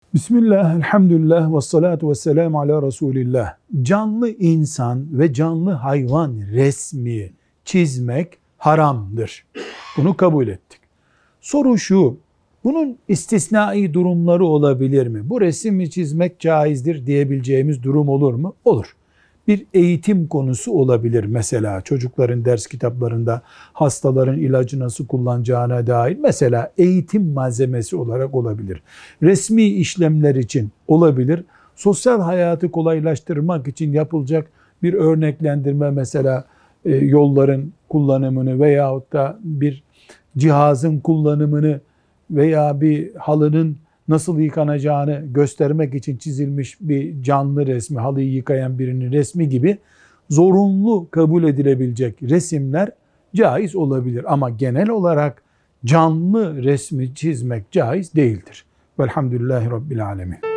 Bismillah, elhamdülillah, ve salatu ve selamu ala Resulillah. Canlı insan ve canlı hayvan resmi çizmek haramdır. Bunu kabul ettik. Soru şu, bunun istisnai durumları olabilir mi? Bu resmi çizmek caizdir diyebileceğimiz durum olur mu? Olur. Bir eğitim konusu olabilir mesela. Çocukların ders kitaplarında hastaların ilacı nasıl kullanacağına dair mesela eğitim malzemesi olarak olabilir. Resmi işlemler için olabilir. Sosyal hayatı kolaylaştırmak için yapılacak bir örneklendirme mesela yolların kullanımını veyahut da bir cihazın kullanımını veya bir halının nasıl yıkanacağını göstermek için çizilmiş bir canlı resmi, halıyı yıkayan birinin resmi gibi zorunlu kabul edilebilecek resimler caiz olabilir. Ama genel olarak canlı resmi çizmek caiz değildir. Velhamdülillahi Rabbil Alemin.